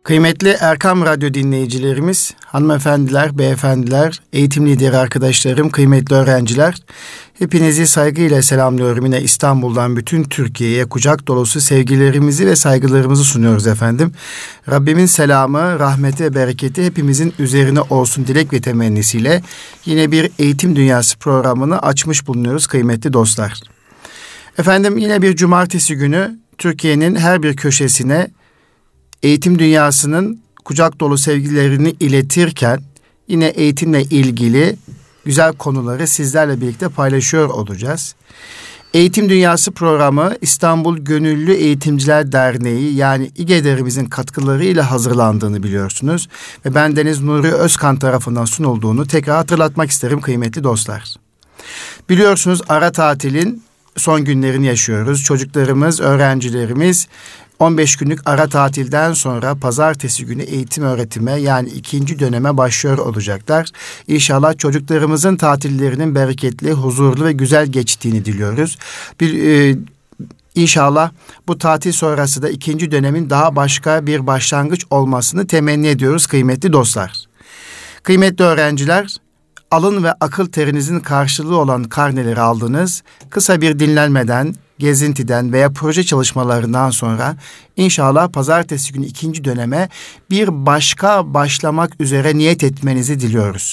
Kıymetli Erkam Radyo dinleyicilerimiz, hanımefendiler, beyefendiler, eğitim lideri arkadaşlarım, kıymetli öğrenciler, hepinizi saygıyla selamlıyorum. Yine İstanbul'dan bütün Türkiye'ye kucak dolusu sevgilerimizi ve saygılarımızı sunuyoruz efendim. Rabbimin selamı, rahmeti ve bereketi hepimizin üzerine olsun dilek ve temennisiyle yine bir Eğitim Dünyası programını açmış bulunuyoruz kıymetli dostlar. Efendim yine bir cumartesi günü Türkiye'nin her bir köşesine eğitim dünyasının kucak dolu sevgilerini iletirken yine eğitimle ilgili güzel konuları sizlerle birlikte paylaşıyor olacağız. Eğitim Dünyası programı İstanbul Gönüllü Eğitimciler Derneği yani İGEDER'imizin katkılarıyla hazırlandığını biliyorsunuz. Ve ben Deniz Nuri Özkan tarafından sunulduğunu tekrar hatırlatmak isterim kıymetli dostlar. Biliyorsunuz ara tatilin son günlerini yaşıyoruz. Çocuklarımız, öğrencilerimiz 15 günlük ara tatilden sonra pazartesi günü eğitim öğretime yani 2. döneme başlıyor olacaklar. İnşallah çocuklarımızın tatillerinin bereketli, huzurlu ve güzel geçtiğini diliyoruz. İnşallah bu tatil sonrası da 2. dönemin daha başka bir başlangıç olmasını temenni ediyoruz kıymetli dostlar. Kıymetli öğrenciler, alın ve akıl terinizin karşılığı olan karneleri aldınız. Kısa bir dinlenmeden, gezintiden veya proje çalışmalarından sonra inşallah pazartesi günü 2. döneme bir başka başlamak üzere niyet etmenizi diliyoruz.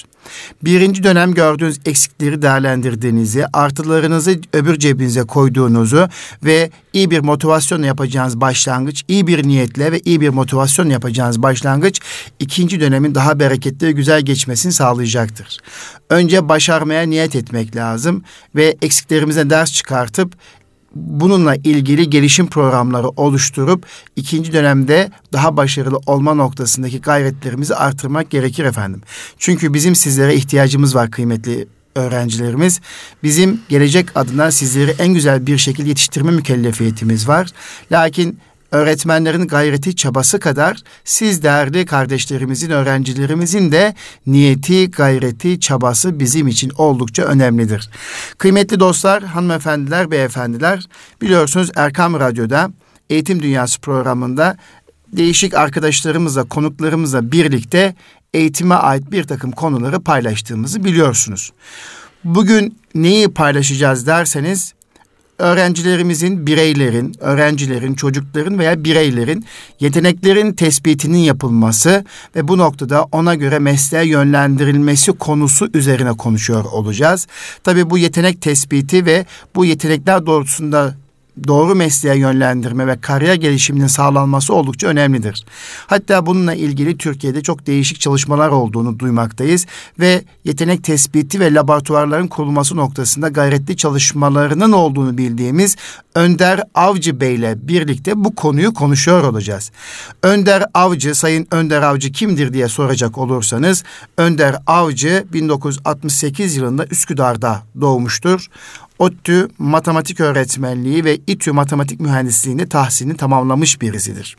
1. dönem gördüğünüz eksikleri değerlendirdiğinizi, artılarınızı öbür cebinize koyduğunuzu ve iyi bir motivasyonla yapacağınız başlangıç, iyi bir niyetle ve iyi bir motivasyonla yapacağınız başlangıç 2. dönemin daha bereketli ve güzel geçmesini sağlayacaktır. Önce başarmaya niyet etmek lazım ve eksiklerimize ders çıkartıp bununla ilgili gelişim programları oluşturup 2. dönemde daha başarılı olma noktasındaki gayretlerimizi artırmak gerekir efendim. Çünkü bizim sizlere ihtiyacımız var kıymetli öğrencilerimiz. Bizim gelecek adına sizleri en güzel bir şekilde yetiştirme mükellefiyetimiz var. Lakin öğretmenlerin gayreti, çabası kadar siz değerli kardeşlerimizin, öğrencilerimizin de niyeti, gayreti, çabası bizim için oldukça önemlidir. Kıymetli dostlar, hanımefendiler, beyefendiler, biliyorsunuz Erkam Radyo'da Eğitim Dünyası programında değişik arkadaşlarımızla, konuklarımızla birlikte eğitime ait bir takım konuları paylaştığımızı biliyorsunuz. Bugün neyi paylaşacağız derseniz, öğrencilerimizin, bireylerin, öğrencilerin, çocukların veya bireylerin yeteneklerin tespitinin yapılması ve bu noktada ona göre mesleğe yönlendirilmesi konusu üzerine konuşuyor olacağız. Tabii bu yetenek tespiti ve bu yetenekler doğrultusunda doğru mesleğe yönlendirme ve kariyer gelişiminin sağlanması oldukça önemlidir. Hatta bununla ilgili Türkiye'de çok değişik çalışmalar olduğunu duymaktayız ve yetenek tespiti ve laboratuvarların kurulması noktasında gayretli çalışmalarının olduğunu bildiğimiz Önder Avcı Bey ile birlikte bu konuyu konuşuyor olacağız. Önder Avcı, Sayın Önder Avcı kimdir diye soracak olursanız, Önder Avcı 1968 yılında Üsküdar'da doğmuştur. ODTÜ matematik öğretmenliği ve İTÜ matematik mühendisliğini tahsilini tamamlamış birisidir.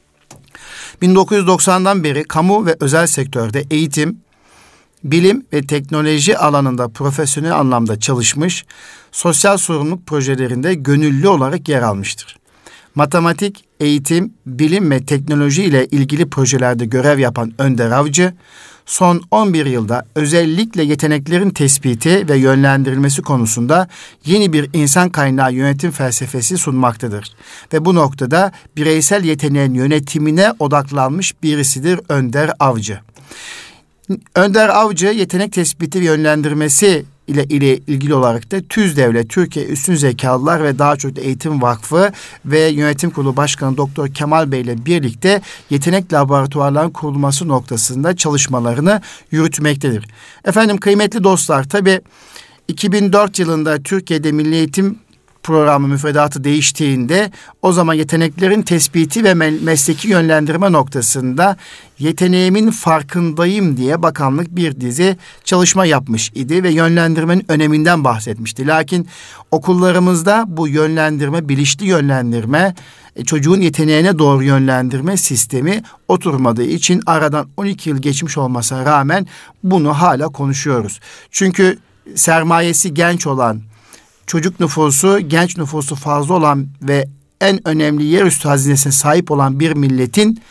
1990'dan beri kamu ve özel sektörde eğitim, bilim ve teknoloji alanında profesyonel anlamda çalışmış, sosyal sorumluluk projelerinde gönüllü olarak yer almıştır. Matematik, eğitim, bilim ve teknoloji ile ilgili projelerde görev yapan Önder Avcı, son 11 yılda özellikle yeteneklerin tespiti ve yönlendirilmesi konusunda yeni bir insan kaynağı yönetim felsefesi sunmaktadır. Ve bu noktada bireysel yeteneğin yönetimine odaklanmış birisidir Önder Avcı. Önder Avcı yetenek tespiti ve yönlendirmesi ile ilgili olarak da TÜZDEV'le Türkiye Üstün Zekalılar ve Daha Çok Eğitim Vakfı ve Yönetim Kurulu Başkanı Doktor Kemal Bey ile birlikte yetenek laboratuvarlarının kurulması noktasında çalışmalarını yürütmektedir. Efendim kıymetli dostlar, tabii 2004 yılında Türkiye'de Milli Eğitim programı müfredatı değiştiğinde o zaman yeteneklerin tespiti ve mesleki yönlendirme noktasında yeteneğimin farkındayım diye bakanlık bir dizi çalışma yapmış idi ve yönlendirmenin öneminden bahsetmişti. Lakin okullarımızda bu yönlendirme, bilinçli yönlendirme, çocuğun yeteneğine doğru yönlendirme sistemi oturmadığı için aradan 12 yıl geçmiş olmasına rağmen bunu hala konuşuyoruz. Çünkü sermayesi genç olan, çocuk nüfusu, genç nüfusu fazla olan ve en önemli yerüstü hazinesine sahip olan bir milletin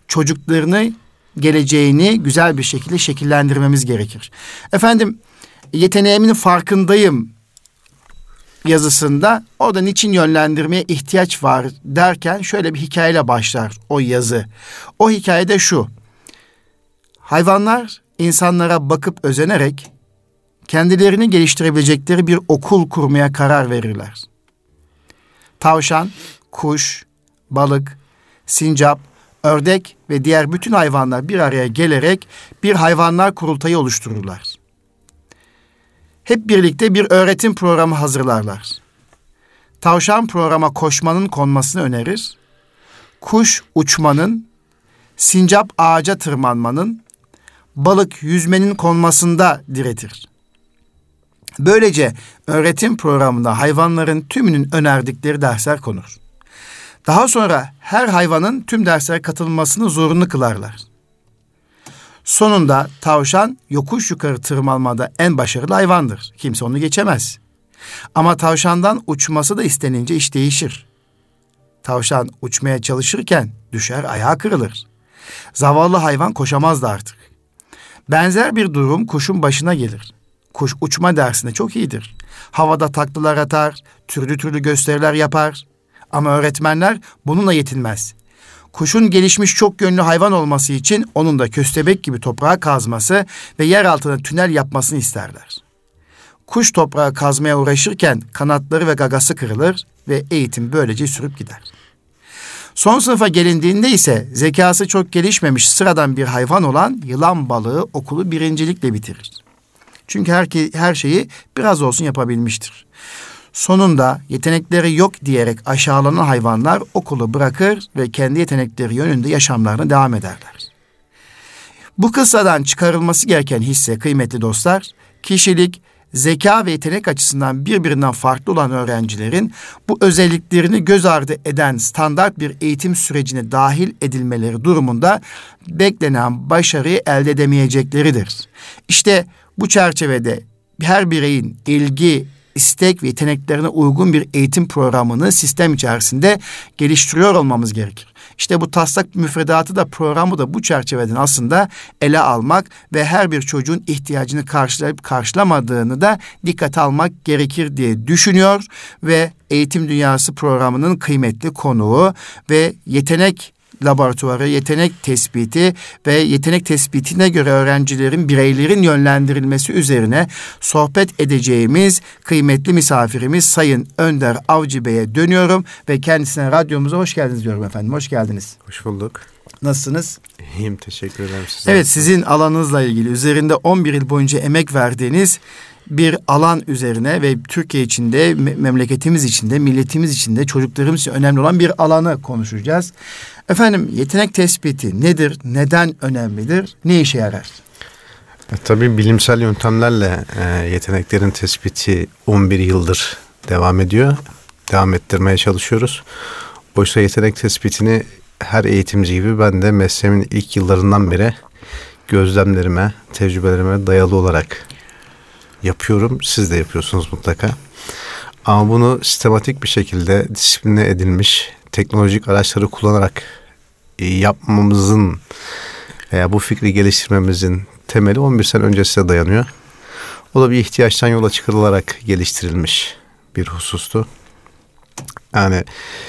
çocuklarını, geleceğini güzel bir şekilde şekillendirmemiz gerekir. Efendim, yeteneğimin farkındayım yazısında orada niçin yönlendirmeye ihtiyaç var derken şöyle bir hikayeyle başlar o yazı. O hikayede şu: hayvanlar insanlara bakıp özenerek kendilerini geliştirebilecekleri bir okul kurmaya karar verirler. Tavşan, kuş, balık, sincap, ördek ve diğer bütün hayvanlar bir araya gelerek bir hayvanlar kurultayı oluştururlar. Hep birlikte bir öğretim programı hazırlarlar. Tavşan programa koşmanın konmasını önerir. Kuş uçmanın, sincap ağaca tırmanmanın, balık yüzmenin konmasında diretir. Böylece öğretim programında hayvanların tümünün önerdikleri dersler konur. Daha sonra her hayvanın tüm derslere katılmasını zorunlu kılarlar. Sonunda tavşan yokuş yukarı tırmanmada en başarılı hayvandır. Kimse onu geçemez. Ama tavşandan uçması da istenince iş değişir. Tavşan uçmaya çalışırken düşer, ayağı kırılır. Zavallı hayvan koşamazdı artık. Benzer bir durum kuşun başına gelir. Kuş uçma dersinde çok iyidir. Havada taklalar atar, türlü türlü gösteriler yapar. Ama öğretmenler bununla yetinmez. Kuşun gelişmiş çok yönlü hayvan olması için onun da köstebek gibi toprağa kazması ve yer altına tünel yapmasını isterler. Kuş toprağı kazmaya uğraşırken kanatları ve gagası kırılır ve eğitim böylece sürüp gider. Son sınıfa gelindiğinde ise zekası çok gelişmemiş sıradan bir hayvan olan yılan balığı okulu birincilikle bitirir. Çünkü her şeyi biraz olsun yapabilmiştir. Sonunda yetenekleri yok diyerek aşağılanan hayvanlar okulu bırakır ve kendi yetenekleri yönünde yaşamlarına devam ederler. Bu kıssadan çıkarılması gereken hisse kıymetli dostlar, kişilik, zeka ve yetenek açısından birbirinden farklı olan öğrencilerin bu özelliklerini göz ardı eden standart bir eğitim sürecine dahil edilmeleri durumunda beklenen başarıyı elde edemeyecekleridir. İşte bu çerçevede her bireyin ilgi, istek ve yeteneklerine uygun bir eğitim programını sistem içerisinde geliştiriyor olmamız gerekir. İşte bu taslak müfredatı da programı da bu çerçeveden aslında ele almak ve her bir çocuğun ihtiyacını karşılayıp karşılamadığını da dikkate almak gerekir diye düşünüyor ve Eğitim Dünyası programının kıymetli konuğu ve yetenek laboratuvarı, yetenek tespiti ve yetenek tespitine göre öğrencilerin, bireylerin yönlendirilmesi üzerine sohbet edeceğimiz kıymetli misafirimiz Sayın Önder Avcı Bey'e dönüyorum ve kendisine radyomuza hoş geldiniz diyorum efendim. Hoş geldiniz. Hoş bulduk. Nasılsınız? İyiyim, teşekkür ederim size. Evet, sizin alanınızla ilgili üzerinde 11 yıl boyunca emek verdiğiniz bir alan üzerine ve Türkiye içinde, memleketimiz içinde, milletimiz içinde, çocuklarımız için önemli olan bir alanı konuşacağız. Efendim, yetenek tespiti nedir, neden önemlidir, ne işe yarar? Tabii bilimsel yöntemlerle yeteneklerin tespiti 11 yıldır devam ediyor. Devam ettirmeye çalışıyoruz. Oysa yetenek tespitini her eğitimci gibi ben de mesleğimin ilk yıllarından beri gözlemlerime, tecrübelerime dayalı olarak yapıyorum. Siz de yapıyorsunuz mutlaka. Ama bunu sistematik bir şekilde disipline edilmiş teknolojik araçları kullanarak yapmamızın veya bu fikri geliştirmemizin temeli 11 sene öncesine dayanıyor. O da bir ihtiyaçtan yola çıkarılarak geliştirilmiş bir husustu. Yani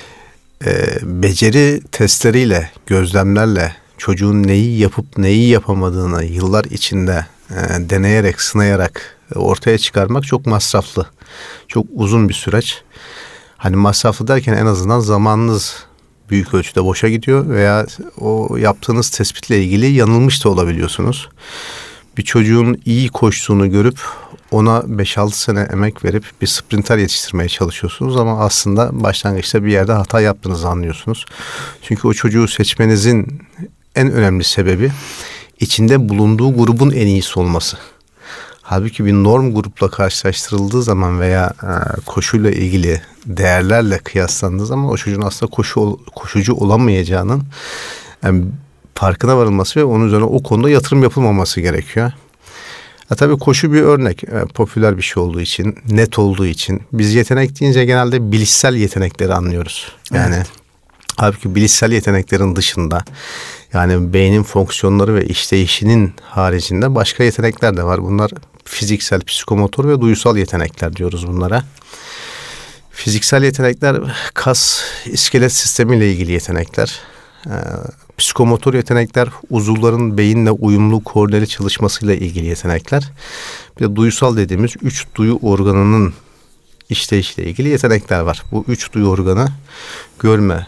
beceri testleriyle, gözlemlerle çocuğun neyi yapıp neyi yapamadığını yıllar içinde deneyerek, sınayarak ortaya çıkarmak çok masraflı. Çok uzun bir süreç. Hani masraflı derken en azından zamanınız büyük ölçüde boşa gidiyor veya o yaptığınız tespitle ilgili yanılmış da olabiliyorsunuz. Bir çocuğun iyi koştuğunu görüp ona 5-6 sene emek verip bir sprinter yetiştirmeye çalışıyorsunuz ama aslında başlangıçta bir yerde hata yaptığınızı anlıyorsunuz. Çünkü o çocuğu seçmenizin en önemli sebebi içinde bulunduğu grubun en iyisi olması. Halbuki bir norm grupla karşılaştırıldığı zaman veya koşuyla ilgili değerlerle kıyaslandığı zaman o çocuğun aslında koşucu olamayacağının farkına varılması ve onun üzerine o konuda yatırım yapılmaması gerekiyor. Tabii koşu bir örnek. Popüler bir şey olduğu için, net olduğu için. Biz yetenek deyince genelde bilişsel yetenekleri anlıyoruz. Yani halbuki bilişsel yeteneklerin dışında Yani beynin fonksiyonları ve işleyişinin haricinde başka yetenekler de var. Bunlar fiziksel, psikomotor ve duysal yetenekler diyoruz bunlara. Fiziksel yetenekler kas, iskelet sistemiyle ilgili yetenekler. Psikomotor yetenekler uzuvların beyinle uyumlu koordineli çalışmasıyla ilgili yetenekler. Bir de duysal dediğimiz 3 duyu organının işleyişiyle ilgili yetenekler var. Bu 3 duyu organı görme,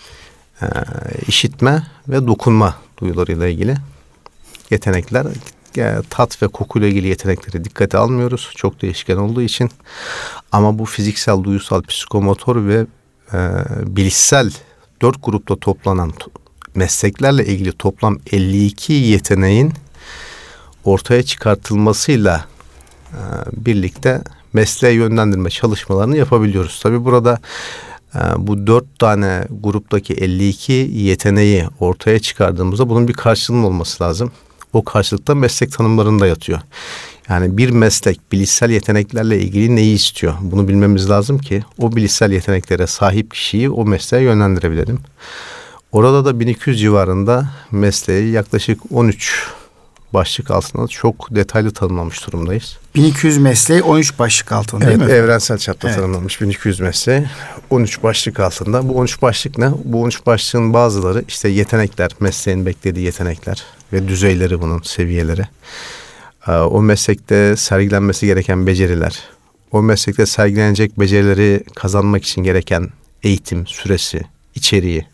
işitme ve dokunma duyularıyla ilgili yetenekler. Tat ve kokuyla ilgili yetenekleri dikkate almıyoruz. Çok değişken olduğu için. Ama bu fiziksel, duysal, psikomotor ve bilişsel 4 grupta toplanan mesleklerle ilgili toplam 52 yeteneğin ortaya çıkartılmasıyla birlikte mesleğe yönlendirme çalışmalarını yapabiliyoruz. Tabii burada bu 4 tane gruptaki 52 yeteneği ortaya çıkardığımızda bunun bir karşılığının olması lazım. O karşılıkta meslek tanımlarında yatıyor. Yani bir meslek bilişsel yeteneklerle ilgili neyi istiyor? Bunu bilmemiz lazım ki o bilişsel yeteneklere sahip kişiyi o mesleğe yönlendirebilelim. Orada da 1200 civarında mesleği yaklaşık 13 başlık altında çok detaylı tanımlamış durumdayız. 1200 mesleği 13 başlık altında değil mi? Evrensel çapta tanımlanmış 1200 mesleği 13 başlık altında. Bu 13 başlık ne? Bu 13 başlığın bazıları işte yetenekler, mesleğin beklediği yetenekler ve düzeyleri, bunun seviyeleri. O meslekte sergilenmesi gereken beceriler, o meslekte sergilenecek becerileri kazanmak için gereken eğitim süresi, içeriği.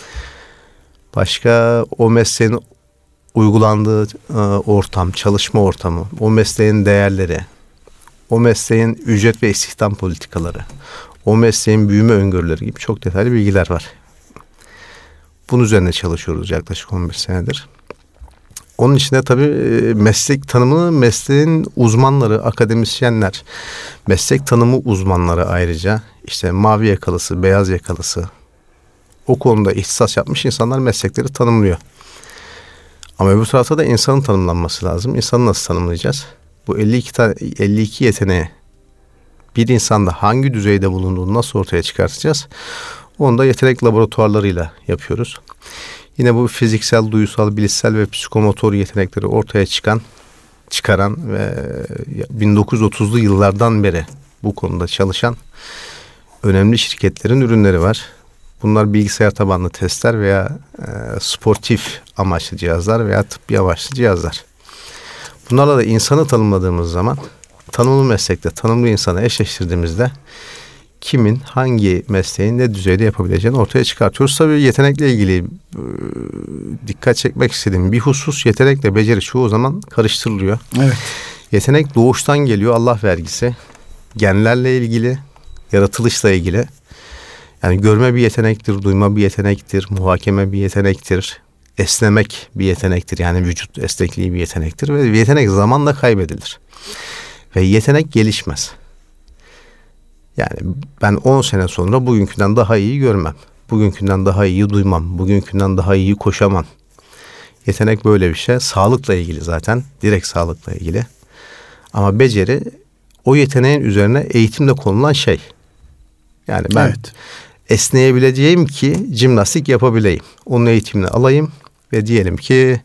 Başka o mesleğin uygulandığı ortam, çalışma ortamı, o mesleğin değerleri, o mesleğin ücret ve istihdam politikaları, o mesleğin büyüme öngörüleri gibi çok detaylı bilgiler var. Bunun üzerine çalışıyoruz yaklaşık 11 senedir. Onun içinde tabii meslek tanımını mesleğin uzmanları, akademisyenler, meslek tanımı uzmanları ayrıca işte mavi yakalısı, beyaz yakalısı, o konuda ihtisas yapmış insanlar meslekleri tanımlıyor. Ama öbür tarafta da insanın tanımlanması lazım. İnsanı nasıl tanımlayacağız? Bu 52 yeteneği bir insanda hangi düzeyde bulunduğunu nasıl ortaya çıkartacağız? Onu da yetenek laboratuvarlarıyla yapıyoruz. Yine bu fiziksel, duysal, bilişsel ve psikomotor yetenekleri ortaya çıkaran ve 1930'lu yıllardan beri bu konuda çalışan önemli şirketlerin ürünleri var. Bunlar bilgisayar tabanlı testler veya sportif amaçlı cihazlar veya tıbbi amaçlı cihazlar. Bunlarla da insanı tanımladığımız zaman tanımlı meslekte tanımlı insanı eşleştirdiğimizde kimin hangi mesleğin ne düzeyde yapabileceğini ortaya çıkartıyoruz. Tabii yetenekle ilgili dikkat çekmek istediğim bir husus, yetenekle beceri çoğu zaman karıştırılıyor. Evet. Yetenek doğuştan geliyor, Allah vergisi. Genlerle ilgili, yaratılışla ilgili. Yani görme bir yetenektir, duyma bir yetenektir, muhakeme bir yetenektir, esnemek bir yetenektir. Yani vücut esnekliği bir yetenektir ve yetenek zamanla kaybedilir. Ve yetenek gelişmez. Yani ben 10 sene sonra bugünkünden daha iyi görmem. Bugünkünden daha iyi duymam. Bugünkünden daha iyi koşamam. Yetenek böyle bir şey. Sağlıkla ilgili zaten. Direkt sağlıkla ilgili. Ama beceri o yeteneğin üzerine eğitimle konulan şey. Yani ben esneyebileceğim ki jimnastik yapabileyim. Onun eğitimini alayım ve diyelim ki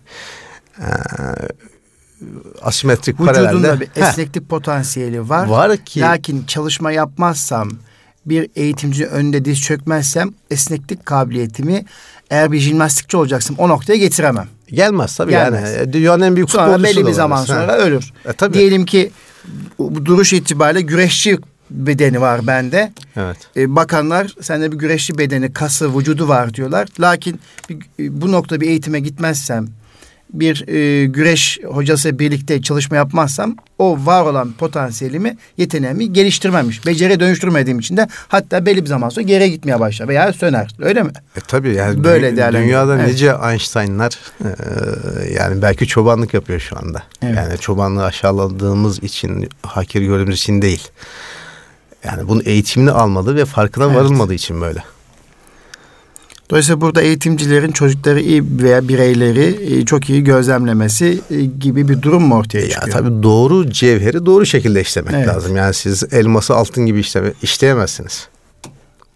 asimetrik paralelde. Vücudunda bir esneklik potansiyeli var. Var ki. Lakin çalışma yapmazsam, bir eğitimci önünde diz çökmezsem esneklik kabiliyetimi, eğer bir jimnastikçi olacaksam o noktaya getiremem. Gelmez tabii. Gelmez. Yani. Dünyanın en büyük futbolcusu sonra belli bir zaman sonra ölür. Tabii. Diyelim ki duruş itibariyle güreşçi bedeni var bende. Evet. Bakanlar sende bir güreşçi bedeni, kası, vücudu var diyorlar. Lakin bu noktada bir eğitime gitmezsem, bir güreş hocası birlikte çalışma yapmazsam o var olan potansiyelimi, yeteneğimi geliştirmemiş. Beceriye dönüştürmediğim için de hatta belli bir zaman sonra geriye gitmeye başlar veya söner. Öyle mi? Tabii yani böyle dünyada nice Einstein'lar yani belki çobanlık yapıyor şu anda. Evet. Yani çobanlığı aşağıladığımız için, hakir gördüğümüz için değil. Yani bunun eğitimini almadığı ve farkına varılmadığı için böyle. Dolayısıyla burada eğitimcilerin çocukları iyi veya bireyleri çok iyi gözlemlemesi gibi bir durum mu ortaya çıkıyor? Ya tabii doğru cevheri doğru şekilde işlemek lazım. Yani siz elması altın gibi işleyemezsiniz.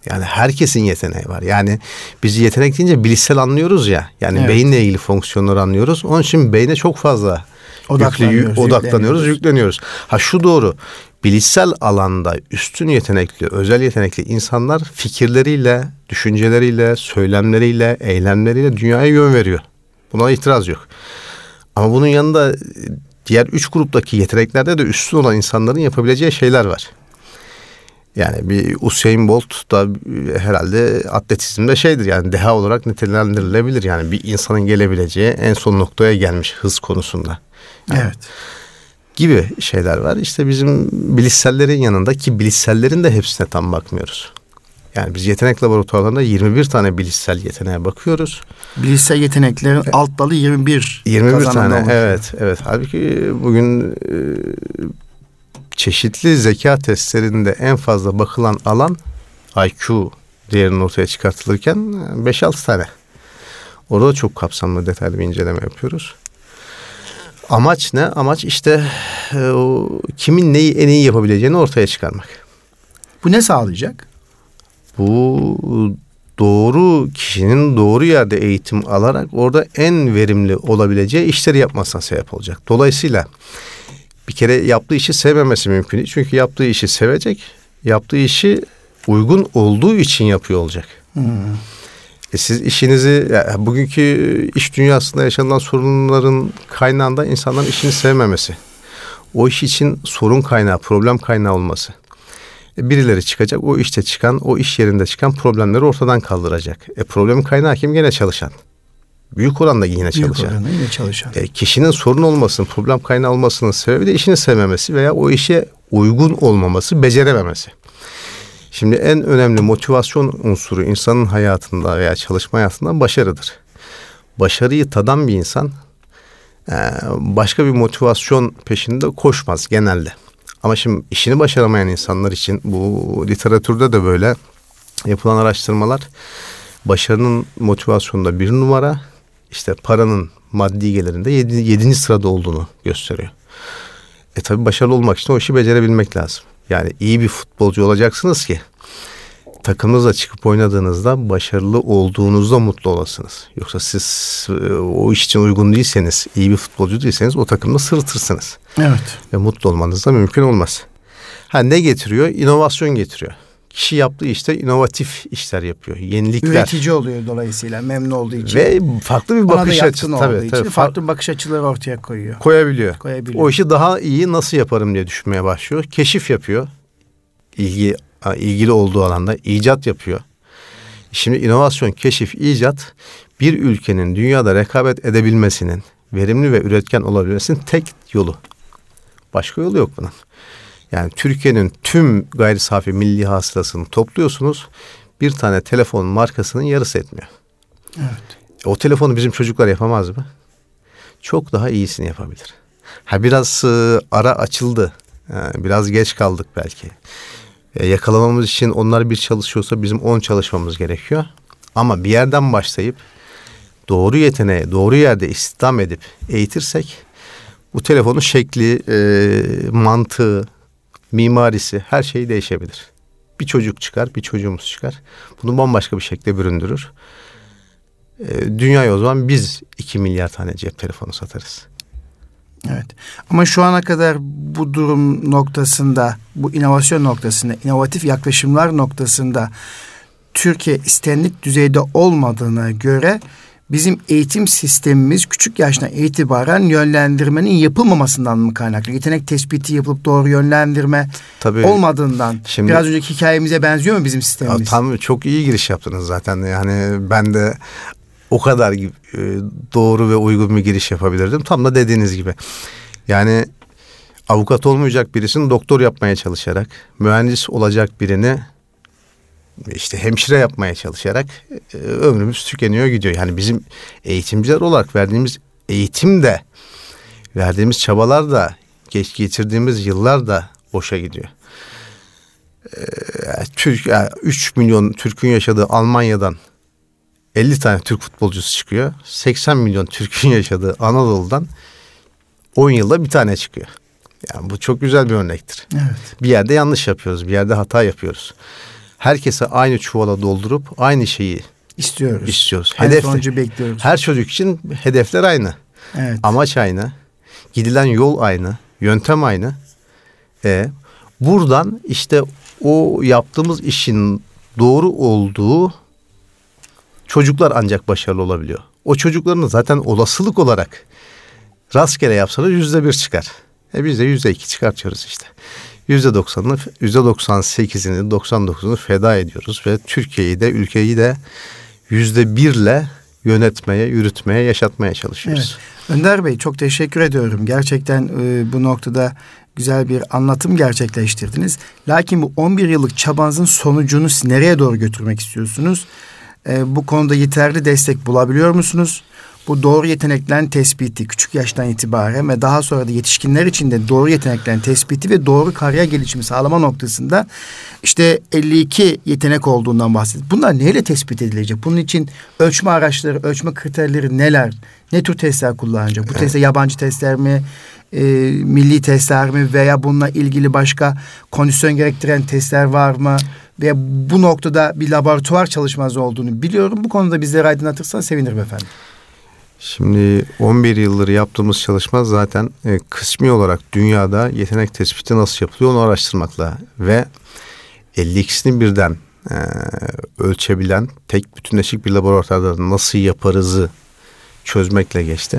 Yani herkesin yeteneği var. Yani biz yetenek deyince bilişsel anlıyoruz ya. Yani evet. beyinle ilgili fonksiyonları anlıyoruz. Onun için beyne çok fazla odaklanıyoruz, yükleniyoruz. Ha şu doğru. Bilişsel alanda üstün yetenekli, özel yetenekli insanlar fikirleriyle, düşünceleriyle, söylemleriyle, eylemleriyle dünyaya yön veriyor. Buna itiraz yok. Ama bunun yanında diğer 3 gruptaki yeteneklerde de üstün olan insanların yapabileceği şeyler var. Yani bir Usain Bolt da herhalde atletizmde şeydir, yani deha olarak nitelendirilebilir. Yani bir insanın gelebileceği en son noktaya gelmiş hız konusunda. Yani evet. Gibi şeyler var. İşte bizim bilişsellerin yanında, ki bilişsellerin de hepsine tam bakmıyoruz. Yani biz yetenek laboratuvarlarında 21 tane bilişsel yeteneğe bakıyoruz. Bilişsel yeteneklerin alt dalı 21 tane oluşuyor. Evet. Halbuki bugün çeşitli zeka testlerinde en fazla bakılan alan IQ değerinin ortaya çıkartılırken 5-6 tane. Orada çok kapsamlı, detaylı bir inceleme yapıyoruz. Amaç ne? Amaç işte kimin neyi en iyi yapabileceğini ortaya çıkarmak. Bu ne sağlayacak? Bu doğru kişinin doğru yerde eğitim alarak orada en verimli olabileceği işleri yapmasına sebep olacak. Dolayısıyla bir kere yaptığı işi sevmemesi mümkün değil. Çünkü yaptığı işi sevecek. Yaptığı işi uygun olduğu için yapıyor olacak. Siz işinizi, yani bugünkü iş dünyasında yaşanılan sorunların kaynağında insanların işini sevmemesi. O iş için sorun kaynağı, problem kaynağı olması. Birileri çıkacak, o işte çıkan, o iş yerinde çıkan problemleri ortadan kaldıracak. Problemin kaynağı kim? Gene çalışan. Büyük oranda yine çalışan. Kişinin sorun olmasının, problem kaynağı olmasının sebebi de işini sevmemesi veya o işe uygun olmaması, becerememesi. Şimdi en önemli motivasyon unsuru insanın hayatında veya çalışma hayatında başarıdır. Başarıyı tadan bir insan başka bir motivasyon peşinde koşmaz genelde. Ama şimdi işini başaramayan insanlar için, bu literatürde de böyle yapılan araştırmalar, başarının motivasyonunda 1 numara, işte paranın, maddi gelirinde 7. sırada olduğunu gösteriyor. Tabii başarılı olmak için o işi becerebilmek lazım. Yani iyi bir futbolcu olacaksınız ki takımınızla çıkıp oynadığınızda başarılı olduğunuzda mutlu olasınız. Yoksa siz o iş için uygun değilseniz, iyi bir futbolcu değilseniz o takımda sırıtırsınız. Evet. Ve mutlu olmanız da mümkün olmaz. Ne getiriyor? İnovasyon getiriyor. Kişi yaptığı işte inovatif işler yapıyor. Yenilikler. Üretici oluyor dolayısıyla, memnun olduğu için. Ve farklı bir bakış açısı. Tabii. Farklı bakış açıları ortaya koyabiliyor. O işi daha iyi nasıl yaparım diye düşünmeye başlıyor. Keşif yapıyor. İlgili olduğu alanda icat yapıyor. Şimdi inovasyon, keşif, icat bir ülkenin dünyada rekabet edebilmesinin, verimli ve üretken olabilmesinin tek yolu. Başka yolu yok bunun. Yani Türkiye'nin tüm gayri safi milli hasılasını topluyorsunuz. Bir tane telefon markasının yarısı etmiyor. Evet. O telefonu bizim çocuklar yapamaz mı? Çok daha iyisini yapabilir. Biraz ara açıldı. Biraz geç kaldık belki. Yakalamamız için onlar bir çalışıyorsa bizim 10 çalışmamız gerekiyor. Ama bir yerden başlayıp doğru yeteneğe, doğru yerde istihdam edip eğitirsek bu telefonun şekli, mantığı, mimarisi, her şey değişebilir. Bir çocuk çıkar, bir çocuğumuz çıkar. Bunu bambaşka bir şekilde büründürür. Dünyaya o zaman biz 2 milyar tane cep telefonu satarız. Evet. Ama şu ana kadar bu durum noktasında, bu inovasyon noktasında, inovatif yaklaşımlar noktasında Türkiye istendik düzeyde olmadığına göre bizim eğitim sistemimiz küçük yaştan itibaren yönlendirmenin yapılmamasından mı kaynaklı? Yetenek tespiti yapılıp doğru yönlendirme olmadığından. Şimdi, biraz önceki hikayemize benziyor mu bizim sistemimiz? Tam çok iyi giriş yaptınız zaten. Yani ben de o kadar doğru ve uygun bir giriş yapabilirdim. Tam da dediğiniz gibi. Yani avukat olmayacak birisini doktor yapmaya çalışarak, mühendis olacak birini işte hemşire yapmaya çalışarak ömrümüz tükeniyor gidiyor. Yani bizim eğitimciler olarak verdiğimiz eğitim de, verdiğimiz çabalar da, geçirdiğimiz yıllar da boşa gidiyor. 3 milyon Türk'ün yaşadığı Almanya'dan 50 tane Türk futbolcusu çıkıyor. 80 milyon Türk'ün yaşadığı Anadolu'dan 10 yılda bir tane çıkıyor. Yani bu çok güzel bir örnektir. Evet. Bir yerde yanlış yapıyoruz, bir yerde hata yapıyoruz. herkese aynı çuvala doldurup aynı şeyi istiyoruz. Aynı sonucu bekliyoruz. Her çocuk için hedefler aynı. Evet. Amaç aynı. Gidilen yol aynı. Yöntem aynı. Buradan işte o yaptığımız işin doğru olduğu çocuklar ancak başarılı olabiliyor. O çocukların zaten olasılık olarak rastgele yapsanız %1 çıkar. Biz de %2 çıkartıyoruz işte. %90'ını, %98'ini, 99'unu feda ediyoruz ve Türkiye'yi de, ülkeyi de %1'le yönetmeye, yürütmeye, yaşatmaya çalışıyoruz. Evet. Önder Bey, çok teşekkür ediyorum. Gerçekten bu noktada güzel bir anlatım gerçekleştirdiniz. Lakin bu 11 yıllık çabanızın sonucunu siz nereye doğru götürmek istiyorsunuz? Bu konuda yeterli destek bulabiliyor musunuz? Bu doğru yeteneklerin tespiti küçük yaştan itibaren ve daha sonra da yetişkinler için de doğru yeteneklerin tespiti ve doğru kariyer gelişimi sağlama noktasında işte 52 yetenek olduğundan bahsediyoruz. Bunlar neyle tespit edilecek? Bunun için ölçme araçları, ölçme kriterleri neler? Ne tür testler kullanacak? Bu testler yabancı testler mi? Milli testler mi? Veya bununla ilgili başka kondisyon gerektiren testler var mı? Ve bu noktada bir laboratuvar çalışması olduğunu biliyorum. Bu konuda bizleri aydınlatırsan sevinirim efendim. Şimdi 11 yıldır yaptığımız çalışma zaten kısmi olarak dünyada yetenek tespiti nasıl yapılıyor onu araştırmakla ve 52'sini birden ölçebilen tek bütünleşik bir laboratuvarda nasıl yaparızı çözmekle geçti.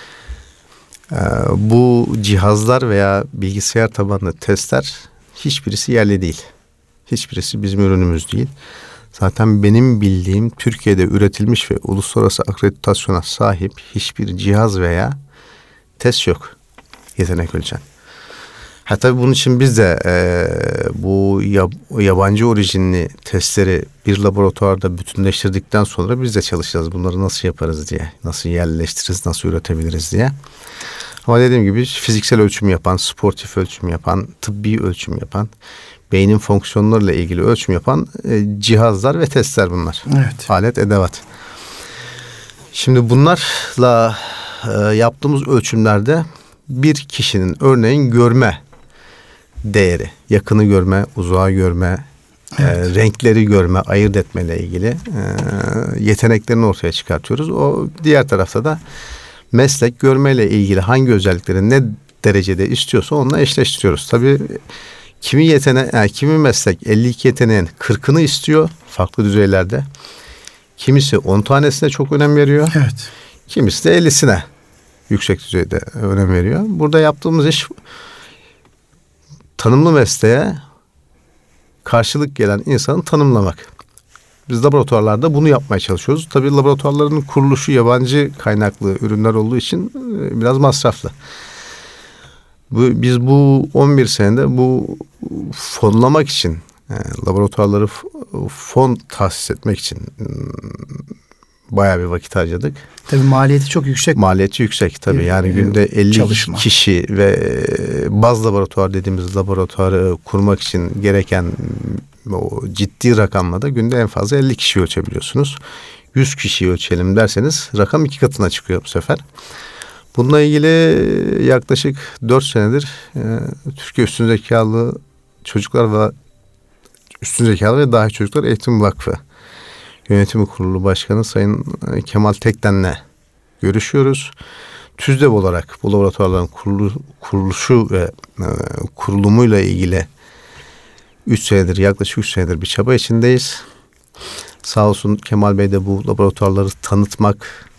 Bu cihazlar veya bilgisayar tabanlı testler hiçbirisi yerli değil. Hiçbirisi bizim ürünümüz değil. Zaten benim bildiğim Türkiye'de üretilmiş ve uluslararası akreditasyona sahip hiçbir cihaz veya test yok yetenek ölçen. Hatta bunun için biz de bu yabancı orijinli testleri bir laboratuvarda bütünleştirdikten sonra biz de çalışacağız. Bunları nasıl yaparız diye, nasıl yerleştiririz, nasıl üretebiliriz diye. Ama dediğim gibi fiziksel ölçüm yapan, sportif ölçüm yapan, tıbbi ölçüm yapan, beynin fonksiyonlarıyla ilgili ölçüm yapan cihazlar ve testler bunlar. Evet. Alet, edevat. Şimdi bunlarla yaptığımız ölçümlerde bir kişinin örneğin görme değeri, yakını görme, uzağı görme, evet, renkleri görme, ayırt etmeyle ilgili yeteneklerini ortaya çıkartıyoruz. O diğer tarafta da meslek görmeyle ilgili hangi özellikleri ne derecede istiyorsa onunla eşleştiriyoruz. Tabii kimi meslek 52 yeteneğin 40'ını istiyor farklı düzeylerde. Kimisi 10 tanesine çok önem veriyor. Evet. Kimisi de 50'sine yüksek düzeyde önem veriyor. Burada yaptığımız iş tanımlı mesleğe karşılık gelen insanı tanımlamak. Biz laboratuvarlarda bunu yapmaya çalışıyoruz. Tabii laboratuvarların kuruluşu yabancı kaynaklı ürünler olduğu için biraz masraflı. Biz bu 11 senede bu fonlamak için, laboratuvarları fon tahsis etmek için bayağı bir vakit harcadık. Tabii maliyeti çok yüksek. Maliyeti yüksek tabii. Yani günde 50 çalışma. Kişi ve baz laboratuvar dediğimiz laboratuvarı kurmak için gereken o ciddi rakamla da günde en fazla 50 kişi ölçebiliyorsunuz. 100 kişiyi ölçelim derseniz rakam 2 katına çıkıyor bu sefer. Bununla ilgili yaklaşık 4 senedir Türkiye Üstün Zekalı Çocuklar ve Üstün Zekalı ve Dahi Çocuklar Eğitim Vakfı Yönetimi Kurulu Başkanı Sayın Kemal Tekten'le görüşüyoruz. TÜZDEV olarak bu laboratuvarların kuruluşu ve kurulumuyla ilgili yaklaşık 3 senedir bir çaba içindeyiz. Sağ olsun Kemal Bey de bu laboratuvarları tanıtmak,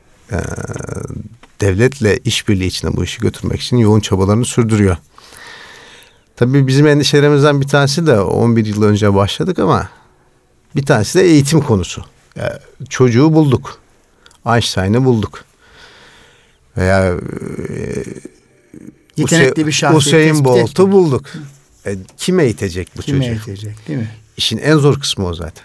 devletle işbirliği içinde bu işi götürmek için yoğun çabalarını sürdürüyor. Tabii bizim endişelerimizden bir tanesi de 11 yıl önce başladık ama bir tanesi de eğitim konusu. Yani çocuğu bulduk. Einstein'ı bulduk. Veya yetenekli bir şahsiyet Usain Bolt'u bulduk. Kim eğitecek bu çocuğu? Kim eğitecek, değil mi? İşin en zor kısmı o zaten.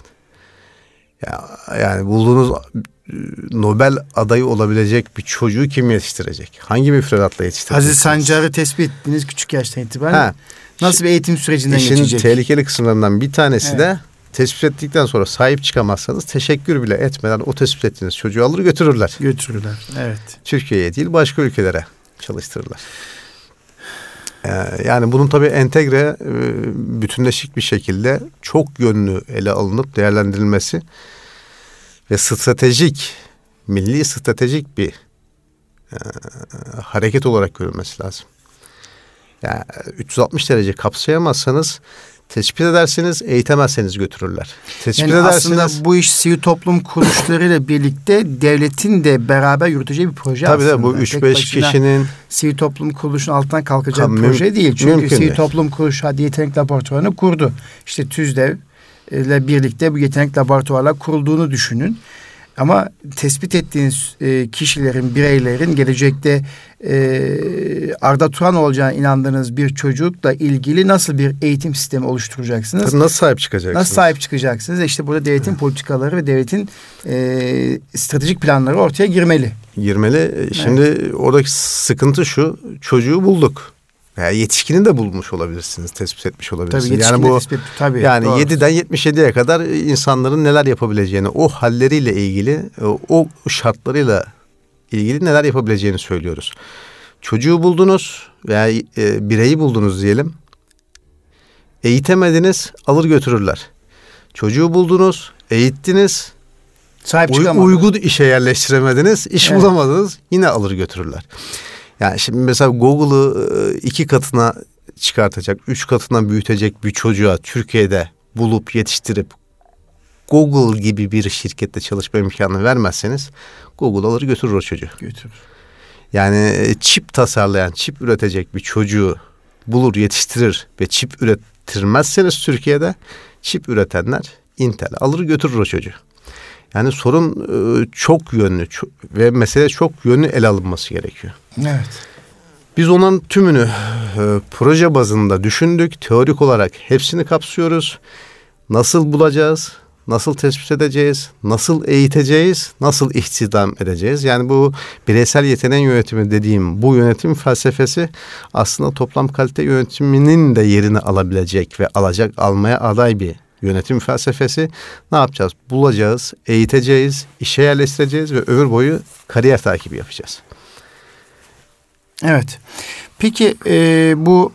Yani bulduğunuz Nobel adayı olabilecek bir çocuğu kim yetiştirecek? Hangi müfredatla yetiştirecek? Aziz Sancar'ı tespit ettiniz küçük yaştan itibaren. Nasıl bir eğitim sürecinden geçecek? İşin tehlikeli kısımlarından bir tanesi de tespit ettikten sonra sahip çıkamazsanız teşekkür bile etmeden o tespit ettiğiniz çocuğu alır götürürler. Evet. Türkiye'ye değil başka ülkelere çalıştırırlar. Yani bunun tabii entegre, bütünleşik bir şekilde çok yönlü ele alınıp değerlendirilmesi ve milli stratejik bir hareket olarak görülmesi lazım. Yani 360 derece kapsayamazsanız tespit edersiniz, eğitemezseniz götürürler. Tespit yani edersiniz. Aslında bu iş sivil toplum kuruluşlarıyla birlikte devletin de beraber yürüteceği bir proje tabii aslında. Tabii bu 3-5 kişinin sivil toplum kuruluşunun altından kalkacağı bir proje değil. Çünkü sivil değil. Toplum Kuruluşu hadi yetenek laboratuvarını kurdu. İşte TÜZDEV ile birlikte bu yetenek laboratuvarlar kurulduğunu düşünün. Ama tespit ettiğiniz kişilerin, bireylerin gelecekte Arda Turan olacağına inandığınız bir çocukla ilgili nasıl bir eğitim sistemi oluşturacaksınız? Tabii nasıl sahip çıkacaksınız? Nasıl sahip çıkacaksınız? İşte burada devletin politikaları ve devletin stratejik planları ortaya girmeli. Şimdi oradaki sıkıntı şu, çocuğu bulduk. Veya yetişkini de bulmuş olabilirsiniz, tespit etmiş olabilirsiniz. Tabii yani bu yani doğru. 7'den 77'ye kadar insanların neler yapabileceğini, o halleriyle ilgili, o şartlarıyla ilgili neler yapabileceğini söylüyoruz. Çocuğu buldunuz veya bireyi buldunuz diyelim. Eğitemediniz, alır götürürler. Çocuğu buldunuz, eğittiniz, uygun işe yerleştiremediniz, iş bulamadınız, yine alır götürürler. Yani şimdi mesela Google'ı 2 katına çıkartacak, 3 katına büyütecek bir çocuğa Türkiye'de bulup yetiştirip Google gibi bir şirkette çalışma imkanı vermezseniz Google alır götürür o çocuğu. Yani çip tasarlayan, çip üretecek bir çocuğu bulur, yetiştirir ve çip ürettirmezseniz Türkiye'de çip üretenler Intel alır götürür o çocuğu. Yani sorun çok yönlü ve mesele çok yönlü ele alınması gerekiyor. Evet. Biz onun tümünü proje bazında düşündük. Teorik olarak hepsini kapsıyoruz. Nasıl bulacağız? Nasıl tespit edeceğiz? Nasıl eğiteceğiz? Nasıl istihdam edeceğiz? Yani bu bireysel yeteneğin yönetimi dediğim bu yönetim felsefesi aslında toplam kalite yönetiminin de yerini alabilecek ve almaya aday bir yönetim felsefesi. Ne yapacağız? Bulacağız, eğiteceğiz, işe yerleştireceğiz ve ömür boyu kariyer takibi yapacağız. Evet. Peki bu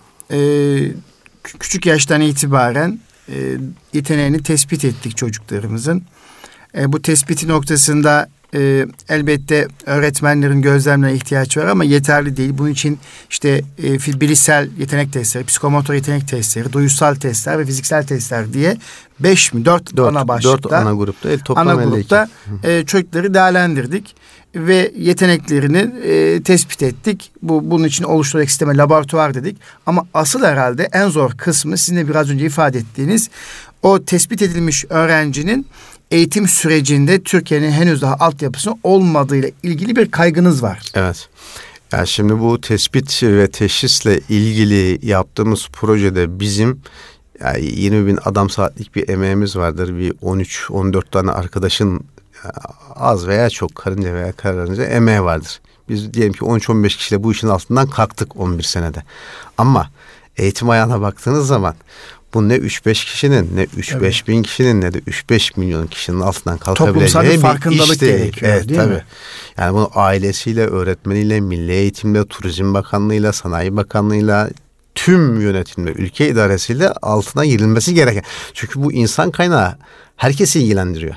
küçük yaştan itibaren yeteneğini tespit ettik çocuklarımızın. Bu tespiti noktasında elbette öğretmenlerin gözlemlerine ihtiyaç var ama yeterli değil. Bunun için işte bilişsel yetenek testleri, psikomotor yetenek testleri, duyusal testler ve fiziksel testler diye 4 ana başlıkta. 4 ana grupta. Çocukları değerlendirdik ve yeteneklerini tespit ettik. Bunun için oluşturacak sisteme laboratuvar dedik. Ama asıl herhalde en zor kısmı sizin de biraz önce ifade ettiğiniz o tespit edilmiş öğrencinin eğitim sürecinde Türkiye'nin henüz daha altyapısının olmadığıyla ilgili bir kaygınız var. Evet. Yani şimdi bu tespit ve teşhisle ilgili yaptığımız projede bizim yani 20.000 adam saatlik bir emeğimiz vardır. Bir 13-14 tane arkadaşın az veya çok, karınca veya kararınca emeği vardır. Biz diyelim ki 13-15 kişiyle bu işin altından kalktık 11 senede. Ama eğitim ayağına baktığınız zaman bu ne 3-5 kişinin, ne 3-5 bin kişinin, ne de 3-5 milyon kişinin altından kalkabileceği bir farkındalık iş değil. Gerekiyor, evet, değil tabii. mi? Yani bunu ailesiyle, öğretmeniyle, Milli Eğitimle, Turizm Bakanlığı'yla, Sanayi Bakanlığı'yla, tüm yönetimle, ülke idaresiyle altına girilmesi gereken. Çünkü bu insan kaynağı herkesi ilgilendiriyor.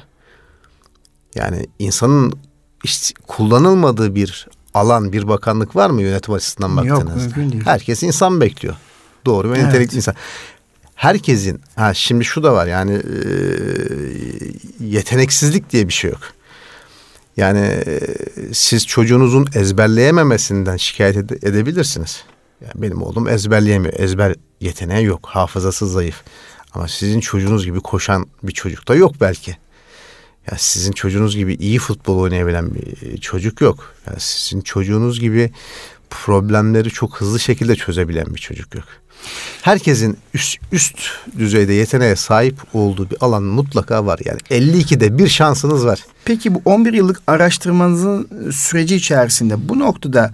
Yani insanın kullanılmadığı bir alan, bir bakanlık var mı yönetim açısından baktığınızda? Yok, mümkün değil. Herkes insan bekliyor. Doğru ve nitelikli insan. Herkesin, şimdi şu da var yani yeteneksizlik diye bir şey yok. Yani siz çocuğunuzun ezberleyememesinden şikayet edebilirsiniz. Yani benim oğlum ezberleyemiyor. Ezber yeteneği yok. Hafızası zayıf. Ama sizin çocuğunuz gibi koşan bir çocuk da yok belki. Ya sizin çocuğunuz gibi iyi futbol oynayabilen bir çocuk yok. Ya sizin çocuğunuz gibi problemleri çok hızlı şekilde çözebilen bir çocuk yok. Herkesin üst düzeyde yeteneğe sahip olduğu bir alan mutlaka var. Yani 52'de bir şansınız var. Peki bu 11 yıllık araştırmanızın süreci içerisinde bu noktada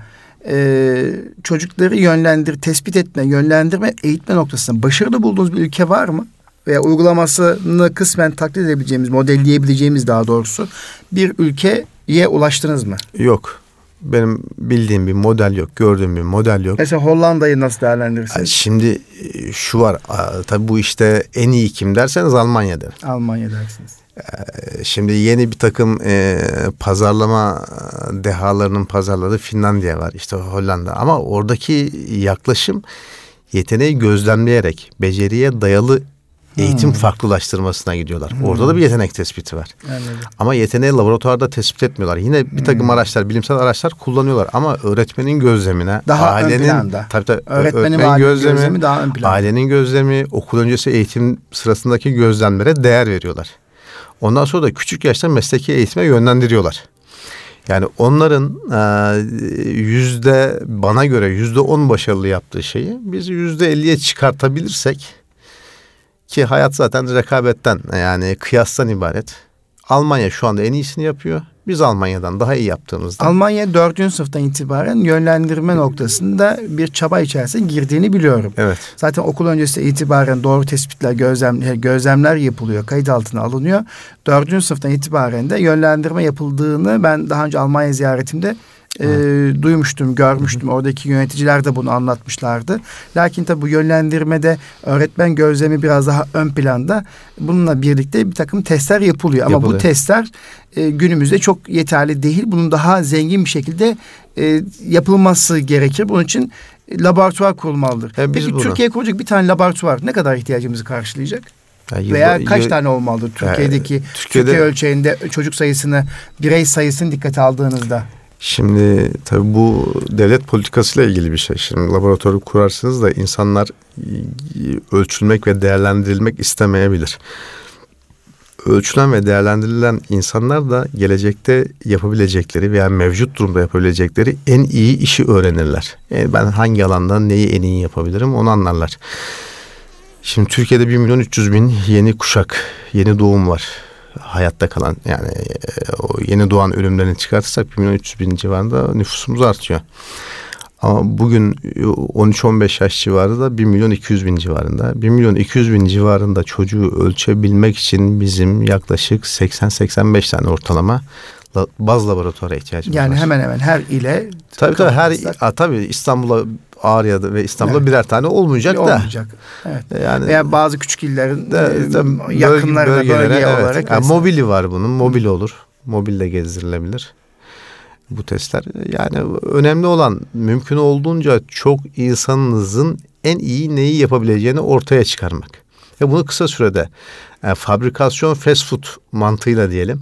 çocukları tespit etme, yönlendirme, eğitme noktasında başarılı bulduğunuz bir ülke var mı? Veya uygulamasını kısmen taklit edebileceğimiz, modelleyebileceğimiz daha doğrusu bir ülkeye ulaştınız mı? Yok. benim bildiğim bir model yok, gördüğüm bir model yok. Mesela Hollanda'yı nasıl değerlendirirsiniz? Şimdi şu var, tabii bu işte en iyi kim derseniz Almanya der. Almanya dersiniz. Şimdi yeni bir takım pazarlama dehalarının pazarladığı Finlandiya var, işte Hollanda. Ama oradaki yaklaşım yeteneği gözlemleyerek, beceriye dayalı eğitim farklılaştırmasına gidiyorlar. Orada da bir yetenek tespiti var. Anladım. Ama yeteneği laboratuvarda tespit etmiyorlar. Yine bir takım araçlar, bilimsel araçlar kullanıyorlar. Ama öğretmenin gözlemine, daha ailenin, ön planda. Tabii, öğretmenin gözlemi daha ön planda. Ailenin gözlemi, okul öncesi eğitim sırasındaki gözlemlere değer veriyorlar. Ondan sonra da küçük yaşta mesleki eğitime yönlendiriyorlar. Yani onların bana göre %10 başarılı yaptığı şeyi biz %50'ye çıkartabilirsek, ki hayat zaten rekabetten, yani kıyastan ibaret. Almanya şu anda en iyisini yapıyor. Biz Almanya'dan daha iyi yaptığımızda. Almanya 4. sınıftan itibaren yönlendirme noktasında bir çaba içerisine girdiğini biliyorum. Evet. Zaten okul öncesi itibaren doğru tespitler, gözlemler yapılıyor, kayıt altına alınıyor. 4. sınıftan itibaren de yönlendirme yapıldığını ben daha önce Almanya ziyaretimde duymuştum, görmüştüm. Oradaki yöneticiler de bunu anlatmışlardı. Lakin tabii bu yönlendirmede öğretmen gözlemi biraz daha ön planda. Bununla birlikte bir takım testler yapılıyor. Ama bu testler günümüzde çok yeterli değil. Bunun daha zengin bir şekilde yapılması gerekir. Bunun için laboratuvar kurulmalıdır. Peki Türkiye kuracak bir tane laboratuvar ne kadar ihtiyacımızı karşılayacak? Veya kaç tane olmalıdır Türkiye'deki Türkiye ölçeğinde çocuk sayısını, birey sayısını dikkate aldığınızda? Şimdi tabii bu devlet politikasıyla ilgili bir şey. Şimdi laboratuvarı kurarsınız da insanlar ölçülmek ve değerlendirilmek istemeyebilir. Ölçülen ve değerlendirilen insanlar da gelecekte yapabilecekleri veya mevcut durumda yapabilecekleri en iyi işi öğrenirler. Yani ben hangi alanda neyi en iyi yapabilirim onu anlarlar. Şimdi Türkiye'de 1.300.000 yeni kuşak, yeni doğum var. Hayatta kalan, yani o yeni doğan ölümlerini çıkartırsak 1.300.000 civarında nüfusumuz artıyor. Ama bugün 13-15 yaş civarında 1.200.000 civarında. 1.200.000 civarında çocuğu ölçebilmek için bizim yaklaşık 80-85 tane ortalama baz laboratuvara ihtiyacımız var. Yani hemen hemen her ile. Tabii İstanbul'a, Ağrı'ya ve İstanbul'da birer tane olmayacak da. Olmayacak. Evet. Yani veya bazı küçük illerin yakınlarına bölge olarak. Yani mobili var bunun. Mobil olur. Mobille gezdirilebilir bu testler. Yani önemli olan mümkün olduğunca çok insanınızın en iyi neyi yapabileceğini ortaya çıkarmak. Ve bunu kısa sürede fabrikasyon fast food mantığıyla diyelim.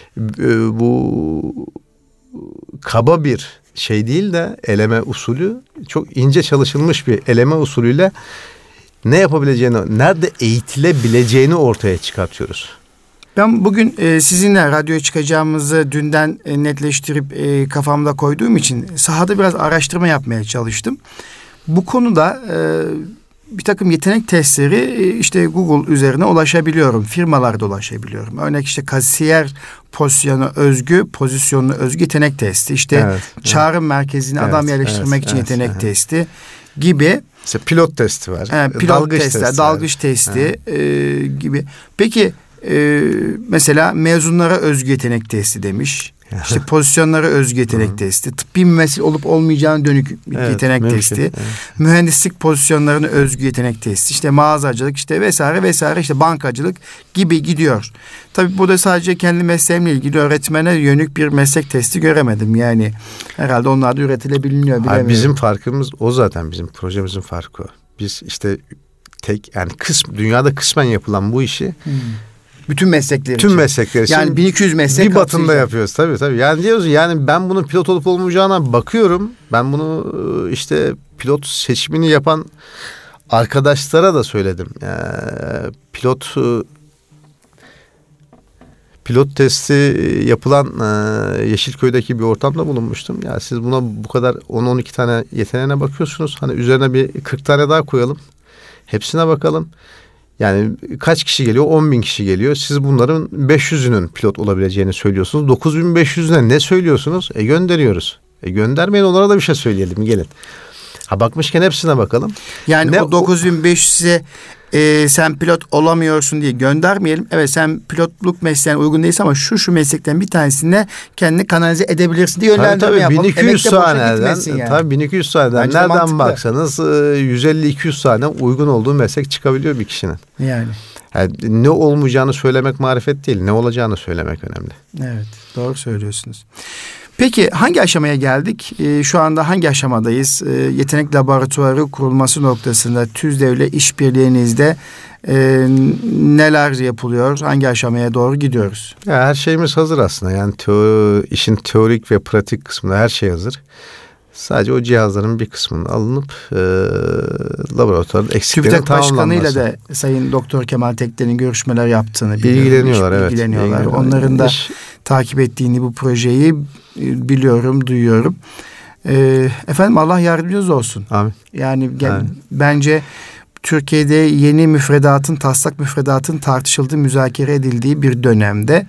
Bu kaba bir şey değil de eleme usulü, çok ince çalışılmış bir eleme usulüyle ne yapabileceğini, nerede eğitilebileceğini ortaya çıkartıyoruz. Ben bugün sizinle radyoya çıkacağımızı dünden netleştirip kafamda koyduğum için sahada biraz araştırma yapmaya çalıştım. Bu konuda bir takım yetenek testleri işte Google üzerine ulaşabiliyorum. Firmalarda ulaşabiliyorum. Örnek işte kasiyer pozisyonuna özgü yetenek testi. İşte çağrım merkezine adam yerleştirmek için yetenek testi gibi. İşte pilot testi var. Dalgıç testi gibi. Peki mesela mezunlara özgü yetenek testi demiş. İşte pozisyonlara özgü yetenek testi. Tıbbi mühendis olup olmayacağına dönük yetenek testi. Mühendislik pozisyonlarına özgü yetenek testi. İşte mağazacılık, işte vesaire, işte bankacılık gibi gidiyor. Tabii burada sadece kendi mesleğimle ilgili öğretmene yönelik bir meslek testi göremedim. Yani herhalde onlar da üretilebiliyor. Bizim farkımız o, zaten bizim projemizin farkı o. Biz işte dünyada kısmen yapılan bu işi bütün meslekler için. Tüm meslekler için. Yani 1200 meslek bir batında yapıyoruz tabii. Yani diyoruz, yani ben bunun pilot olup olmayacağına bakıyorum. Ben bunu işte pilot seçimini yapan arkadaşlara da söyledim. Pilot testi yapılan Yeşilköy'deki bir ortamda bulunmuştum. Ya siz buna bu kadar 10-12 tane yeteneğine bakıyorsunuz. Hani üzerine bir 40 tane daha koyalım. Hepsine bakalım. Yani kaç kişi geliyor? 10.000 kişi geliyor. Siz bunların 500'ünün pilot olabileceğini söylüyorsunuz. 9.500'üne ne söylüyorsunuz? Gönderiyoruz. Göndermeyin, onlara da bir şey söyleyelim. Gelin. Ha, bakmışken hepsine bakalım. Yani ne, o 9500'e sen pilot olamıyorsun diye göndermeyelim. Evet, sen pilotluk mesleğine uygun değilsin ama şu meslekten bir tanesine kendini kanalize edebilirsin diye yönlendirme yapalım. 1200 saniyeden, yani. Tabii 1200 saniyeden nereden mantıklı. Baksanız 150-200 saniyeden uygun olduğu meslek çıkabiliyor bir kişinin. Yani ne olmayacağını söylemek marifet değil, ne olacağını söylemek önemli. Evet, doğru söylüyorsunuz. Peki hangi aşamaya geldik? Şu anda hangi aşamadayız? Yetenek laboratuvarı kurulması noktasında TÜZDEV'le işbirliğinizde neler yapılıyor? Hangi aşamaya doğru gidiyoruz? Ya, her şeyimiz hazır aslında. Yani işin teorik ve pratik kısmında her şey hazır. Sadece o cihazların bir kısmının alınıp laboratuvarın eksiklerini tamamlanması. TÜBİTAK Başkanı'yla da Sayın Doktor Kemal Tekler'in görüşmeler yaptığını İlgileniyorlar, evet. İlgileniyorlar. Onların da takip ettiğini, bu projeyi biliyorum, duyuyorum. Efendim, Allah yardımcınız olsun. Amin. Yani bence Türkiye'de yeni müfredatın, taslak müfredatın tartışıldığı, müzakere edildiği bir dönemde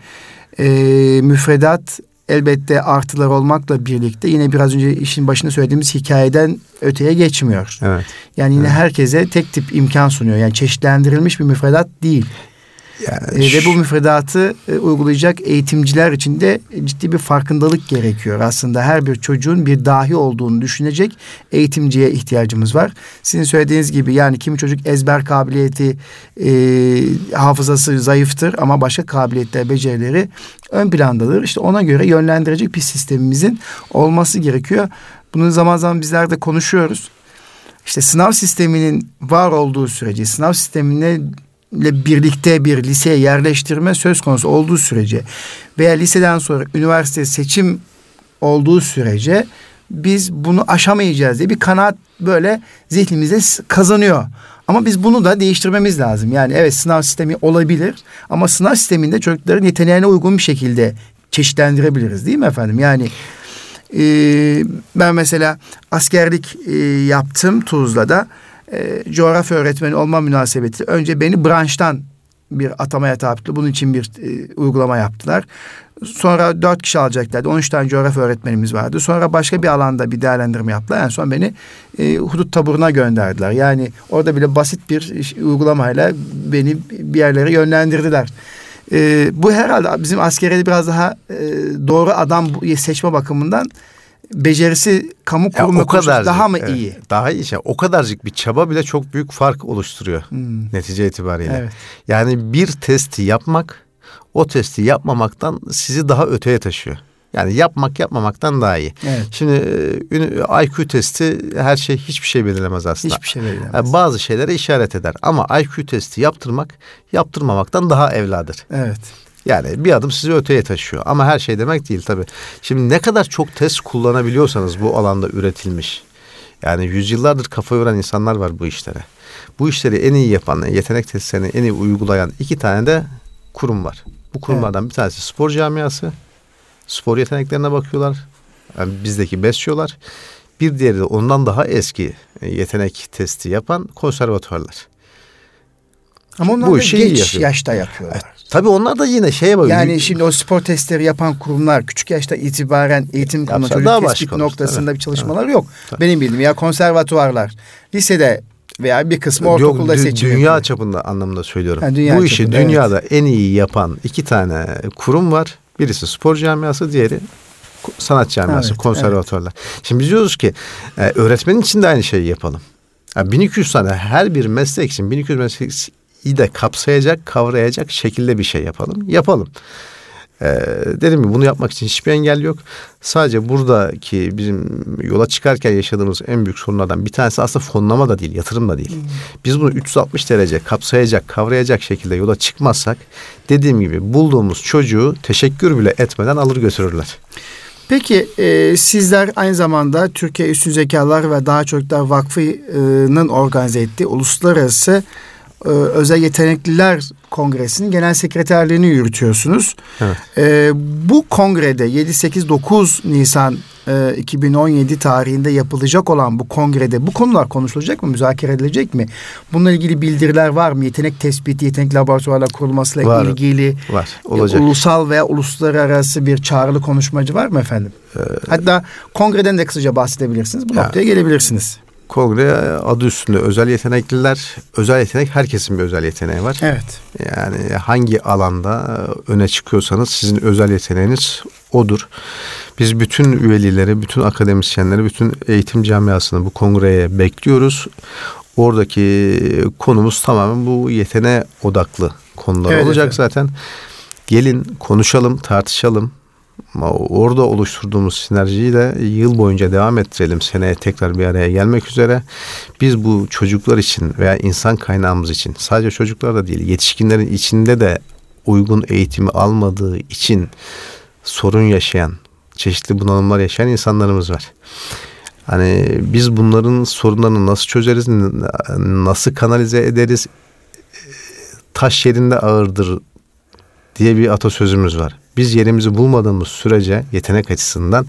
müfredat elbette artılar olmakla birlikte yine biraz önce işin başında söylediğimiz hikayeden öteye geçmiyor. Evet. Yani yine herkese tek tip imkan sunuyor. Yani çeşitlendirilmiş bir müfredat değil. Yani ve bu müfredatı uygulayacak eğitimciler için de ciddi bir farkındalık gerekiyor. Aslında her bir çocuğun bir dahi olduğunu düşünecek eğitimciye ihtiyacımız var. Sizin söylediğiniz gibi, yani kimi çocuk ezber kabiliyeti, hafızası zayıftır ama başka kabiliyetler, becerileri ön plandadır. İşte ona göre yönlendirecek bir sistemimizin olması gerekiyor. Bunu zaman zaman bizler de konuşuyoruz. İşte sınav sisteminin var olduğu sürece, sınav sistemine birlikte bir liseye yerleştirme söz konusu olduğu sürece veya liseden sonra üniversite seçim olduğu sürece biz bunu aşamayacağız diye bir kanaat böyle zihnimizde kazanıyor. Ama biz bunu da değiştirmemiz lazım. Yani evet, sınav sistemi olabilir ama sınav sisteminde çocukların yeteneğine uygun bir şekilde çeşitlendirebiliriz, değil mi efendim? Yani ben mesela askerlik yaptım Tuzla'da. Coğrafya öğretmeni olma münasebeti önce beni branştan bir atamaya tabi tuttu. Bunun için bir uygulama yaptılar. Sonra 4 kişi alacaklardı. 13 tane coğrafya öğretmenimiz vardı. Sonra başka bir alanda bir değerlendirme yaptılar. En son beni hudut taburuna gönderdiler. Yani orada bile basit bir uygulamayla beni bir yerlere yönlendirdiler. Bu herhalde bizim askeriyede biraz daha doğru adam seçme bakımından becerisi kamu kurumu daha mı iyi? Daha iyi. O kadarcık bir çaba bile çok büyük fark oluşturuyor netice itibariyle. Evet. Yani bir testi yapmak, o testi yapmamaktan sizi daha öteye taşıyor. Yani yapmamaktan daha iyi. Evet. Şimdi IQ testi her şey, hiçbir şey belirlemez aslında. Hiçbir şey belirlemez. Yani bazı şeylere işaret eder ama IQ testi yaptırmamaktan daha evladır. Evet. Yani bir adım sizi öteye taşıyor. Ama her şey demek değil tabii. Şimdi ne kadar çok test kullanabiliyorsanız bu alanda üretilmiş. Yani yüzyıllardır kafa yoran insanlar var bu işlere. Bu işleri en iyi yapan, yetenek testlerini en iyi uygulayan 2 tane de kurum var. Bu kurumlardan bir tanesi spor camiası. Spor yeteneklerine bakıyorlar. Yani bizdeki besliyorlar. Bir diğeri de ondan daha eski yetenek testi yapan konservatuvarlar. Ama onlar bu da geç yaşta yapıyorlar. Tabii onlar da yine şeye bakıyor. Yani şimdi o spor testleri yapan kurumlar küçük yaşta itibaren eğitim kurumunda çocuk tespit noktasında bir çalışmalar yok. Tabii. Benim bildiğim ya konservatuvarlar lisede veya bir kısmı ortaokulda seçiliyor. Dünya çapında anlamında söylüyorum. Bu işi dünyada en iyi yapan 2 tane kurum var. Birisi spor camiası, diğeri sanat camiası, konservatuvarlar. Evet. Şimdi biz diyoruz ki öğretmenin için de aynı şeyi yapalım. Yani 1200 tane her bir meslek için 1200 meslek de kapsayacak, kavrayacak şekilde bir şey yapalım. Dedim ki bunu yapmak için hiçbir engel yok. Sadece buradaki bizim yola çıkarken yaşadığımız en büyük sorunlardan bir tanesi aslında fonlama da değil, yatırım da değil. Biz bunu 360 derece kapsayacak, kavrayacak şekilde yola çıkmazsak dediğim gibi bulduğumuz çocuğu teşekkür bile etmeden alır götürürler. Peki sizler aynı zamanda Türkiye Üstün Zekalar ve Daha Çocuklar Vakfı'nın organize ettiği uluslararası Özel Yetenekliler Kongresi'nin genel sekreterliğini yürütüyorsunuz. Evet. Bu kongrede 7-8-9 Nisan 2017 tarihinde yapılacak olan bu kongrede bu konular konuşulacak mı? Müzakere edilecek mi? Bununla ilgili bildiriler var mı? Yetenek tespiti, yetenek laboratuvarla kurulmasıyla ilgili olacak. Ulusal veya uluslararası bir çağrılı konuşmacı var mı efendim? Hatta kongreden de kısaca bahsedebilirsiniz. Bu noktaya gelebilirsiniz. kongre adı üstünde özel yetenekliler. Özel yetenek, herkesin bir özel yeteneği var. Evet. Yani hangi alanda öne çıkıyorsanız sizin özel yeteneğiniz odur. Biz bütün velileri, bütün akademisyenleri, bütün eğitim camiasını bu kongreye bekliyoruz. Oradaki konumuz tamamen bu yeteneğe odaklı konular olacak efendim. Zaten. Gelin konuşalım, tartışalım. Orada oluşturduğumuz sinerjiyi de yıl boyunca devam ettirelim. Seneye tekrar bir araya gelmek üzere. Biz bu çocuklar için veya insan kaynağımız için, sadece çocuklar da değil, yetişkinlerin içinde de uygun eğitimi almadığı için sorun yaşayan, çeşitli bunalımlar yaşayan insanlarımız var. Hani biz bunların sorunlarını nasıl çözeriz, nasıl kanalize ederiz? Taş yerinde ağırdır diye bir atasözümüz var. Biz yerimizi bulmadığımız sürece yetenek açısından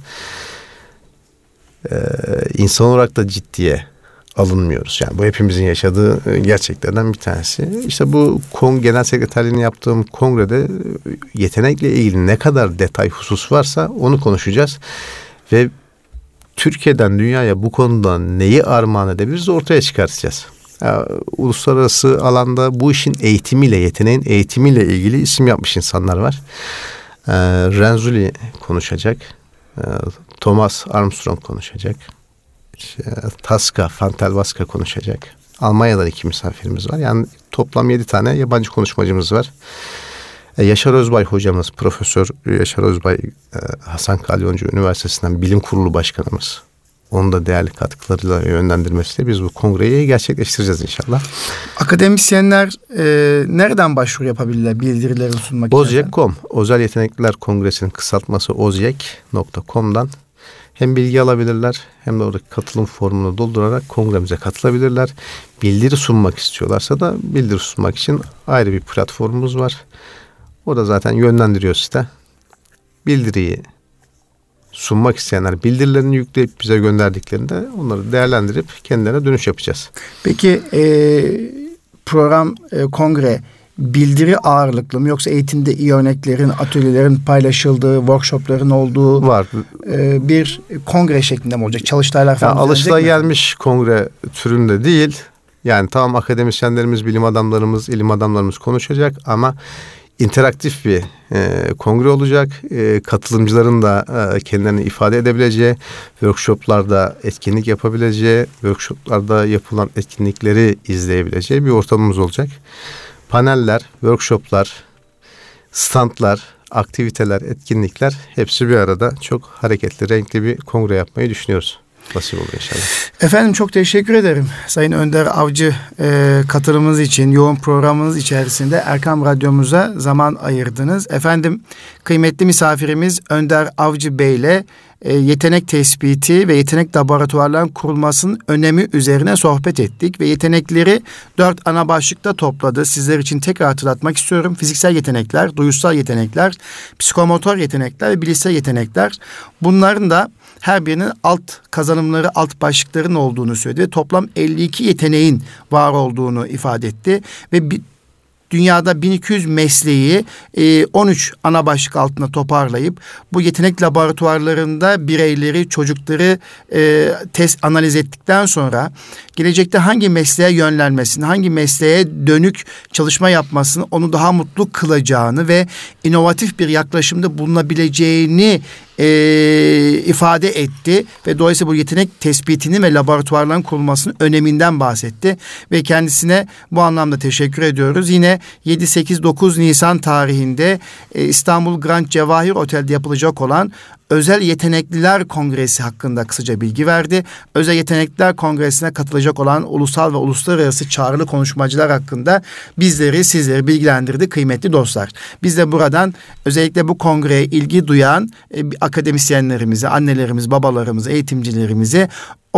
insan olarak da ciddiye alınmıyoruz. Yani bu hepimizin yaşadığı gerçeklerden bir tanesi. İşte bu genel sekreterliğini yaptığım kongrede yetenekle ilgili ne kadar detay husus varsa onu konuşacağız. Ve Türkiye'den dünyaya bu konuda neyi armağan edebiliriz ortaya çıkartacağız. Uluslararası alanda bu işin eğitimiyle, yeteneğin eğitimiyle ilgili isim yapmış insanlar var. Renzulli konuşacak. Thomas Armstrong konuşacak. Tasca, Fantelvaska konuşacak. Almanya'dan 2 misafirimiz var. Yani toplam 7 tane yabancı konuşmacımız var. Yaşar Özbay hocamız, Profesör Yaşar Özbay, Hasan Kalyoncu Üniversitesi'nden Bilim Kurulu Başkanımız. Onun da değerli katkılarıyla yönlendirmesiyle biz bu kongreyi gerçekleştireceğiz inşallah. Akademisyenler nereden başvuru yapabilirler bildirilerini sunmak için? Ozyek.com, Özel Yetenekliler Kongresi'nin kısaltması ozyek.com'dan hem bilgi alabilirler hem de oradaki katılım formunu doldurarak kongremize katılabilirler. Bildiri sunmak istiyorlarsa da bildiri sunmak için ayrı bir platformumuz var. O da zaten yönlendiriyor site. Bildiriyi sunmak isteyenler bildirilerini yükleyip bize gönderdiklerinde onları değerlendirip kendilerine dönüş yapacağız. Peki program, kongre bildiri ağırlıklı mı yoksa eğitimde iyi örneklerin, atölyelerin paylaşıldığı, workshopların olduğu var bir kongre şeklinde mi olacak? Çalıştaylar falan. Alışılagelmiş kongre türünde değil. Yani tamam, akademisyenlerimiz, bilim adamlarımız, ilim adamlarımız konuşacak ama interaktif bir kongre olacak. Katılımcıların da kendilerini ifade edebileceği, workshoplarda etkinlik yapabileceği, workshoplarda yapılan etkinlikleri izleyebileceği bir ortamımız olacak. Paneller, workshoplar, standlar, aktiviteler, etkinlikler hepsi bir arada çok hareketli, renkli bir kongre yapmayı düşünüyoruz. Nasip olur inşallah. Efendim çok teşekkür ederim Sayın Önder Avcı, katılımınız için, yoğun programınız içerisinde Erkam Radyomuza zaman ayırdınız. Efendim, kıymetli misafirimiz Önder Avcı Bey ile yetenek tespiti ve yetenek laboratuvarlarının kurulmasının önemi üzerine sohbet ettik ve yetenekleri 4 ana başlıkta topladı. Sizler için tekrar hatırlatmak istiyorum. Fiziksel yetenekler, duyusal yetenekler, psikomotor yetenekler ve bilişsel yetenekler. Bunların da her birinin alt kazanımları, alt başlıkların olduğunu söyledi ve toplam 52 yeteneğin var olduğunu ifade etti ve dünyada 1200 mesleği 13 ana başlık altında toparlayıp bu yetenek laboratuvarlarında bireyleri, çocukları test analiz ettikten sonra gelecekte hangi mesleğe yönlenmesini, hangi mesleğe dönük çalışma yapmasını, onu daha mutlu kılacağını ve inovatif bir yaklaşımda bulunabileceğini ifade etti ve dolayısıyla bu yetenek tespitinin ve laboratuvarların kurulmasının öneminden bahsetti ve kendisine bu anlamda teşekkür ediyoruz. Yine 7-8-9 Nisan tarihinde İstanbul Grand Cevahir Otel'de yapılacak olan Özel Yetenekliler Kongresi hakkında kısaca bilgi verdi. Özel Yetenekliler Kongresi'ne katılacak olan ulusal ve uluslararası çağrılı konuşmacılar hakkında sizleri bilgilendirdi kıymetli dostlar. Biz de buradan özellikle bu kongreye ilgi duyan akademisyenlerimizi, annelerimiz, babalarımızı, eğitimcilerimizi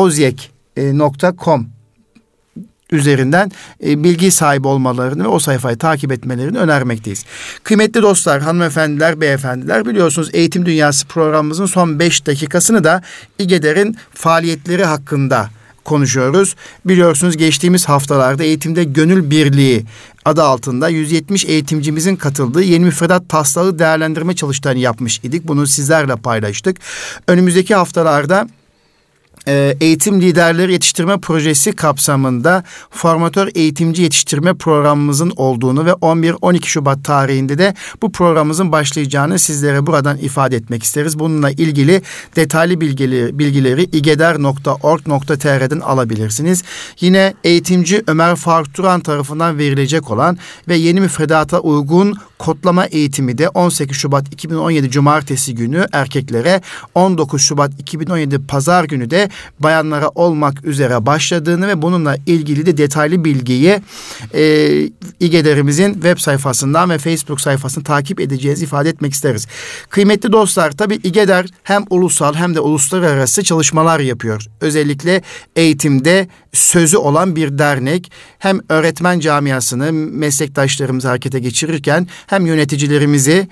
ozyek.com üzerinden bilgi sahibi olmalarını ve o sayfayı takip etmelerini önermekteyiz. Kıymetli dostlar, hanımefendiler, beyefendiler, biliyorsunuz Eğitim Dünyası programımızın son 5 dakikasını da İGEDER'in faaliyetleri hakkında konuşuyoruz. Biliyorsunuz geçtiğimiz haftalarda Eğitimde Gönül Birliği adı altında 170 eğitimcimizin katıldığı yeni müfredat taslağı değerlendirme çalıştayını yapmış idik. Bunu sizlerle paylaştık. Önümüzdeki haftalarda Eğitim Liderleri Yetiştirme Projesi kapsamında formatör eğitimci yetiştirme programımızın olduğunu ve 11-12 Şubat tarihinde de bu programımızın başlayacağını sizlere buradan ifade etmek isteriz. Bununla ilgili detaylı bilgileri igeder.org.tr'den alabilirsiniz. Yine eğitimci Ömer Faruk Turan tarafından verilecek olan ve yeni müfredata uygun kodlama eğitimi de 18 Şubat 2017 Cumartesi günü erkeklere, 19 Şubat 2017 Pazar günü de bayanlara olmak üzere başladığını ve bununla ilgili de detaylı bilgiyi İGEDER'imizin web sayfasından ve Facebook sayfasını takip edeceğiz ifade etmek isteriz. Kıymetli dostlar, tabii İGEDER hem ulusal hem de uluslararası çalışmalar yapıyor. Özellikle eğitimde sözü olan bir dernek. Hem öğretmen camiasını, meslektaşlarımızı harekete geçirirken hem yöneticilerimizi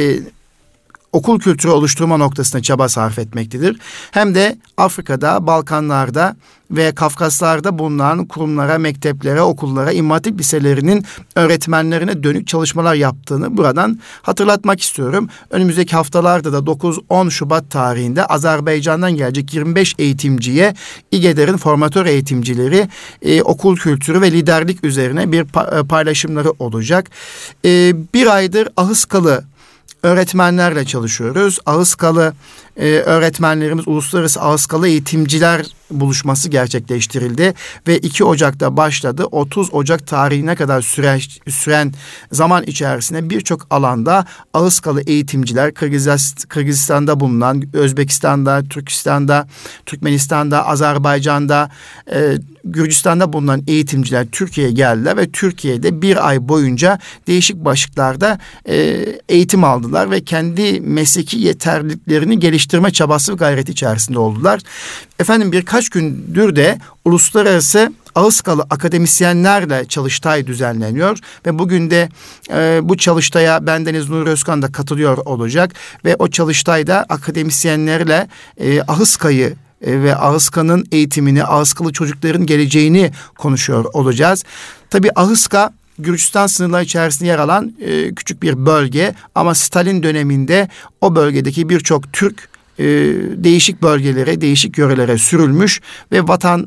okul kültürü oluşturma noktasına çaba sarf etmektedir. Hem de Afrika'da, Balkanlar'da ve Kafkaslar'da bulunan kurumlara, mekteplere, okullara, İmam Hatip liselerinin öğretmenlerine dönük çalışmalar yaptığını buradan hatırlatmak istiyorum. Önümüzdeki haftalarda da 9-10 Şubat tarihinde Azerbaycan'dan gelecek 25 eğitimciye İGEDER'in formatör eğitimcileri okul kültürü ve liderlik üzerine bir paylaşımları olacak. Bir aydır Ahıskalı öğretmenlerle çalışıyoruz. Ahıskalı öğretmenlerimiz Uluslararası Ahıskalı Eğitimciler buluşması gerçekleştirildi ve 2 Ocak'ta başladı. 30 Ocak tarihine kadar süren zaman içerisinde birçok alanda Ahıskalı eğitimciler Kırgızistan'da bulunan, Özbekistan'da, Türkistan'da, Türkmenistan'da, Azerbaycan'da, Gürcistan'da bulunan eğitimciler Türkiye'ye geldiler ve Türkiye'de bir ay boyunca değişik başlıklarda eğitim aldılar ve kendi mesleki yeterliliklerini geliştirme çabası ve gayreti içerisinde oldular. Efendim, birkaç gündür de uluslararası Ahıskalı akademisyenlerle çalıştay düzenleniyor ve bugün de bu çalıştaya bendeniz Nuri Özkan da katılıyor olacak ve o çalıştayda akademisyenlerle Ahıska'yı ve Ahıska'nın eğitimini, Ahıskalı çocukların geleceğini konuşuyor olacağız. Tabii Ahıska Gürcistan sınırları içerisinde yer alan küçük bir bölge ama Stalin döneminde o bölgedeki birçok Türk değişik bölgelere, değişik yörelere sürülmüş ve vatan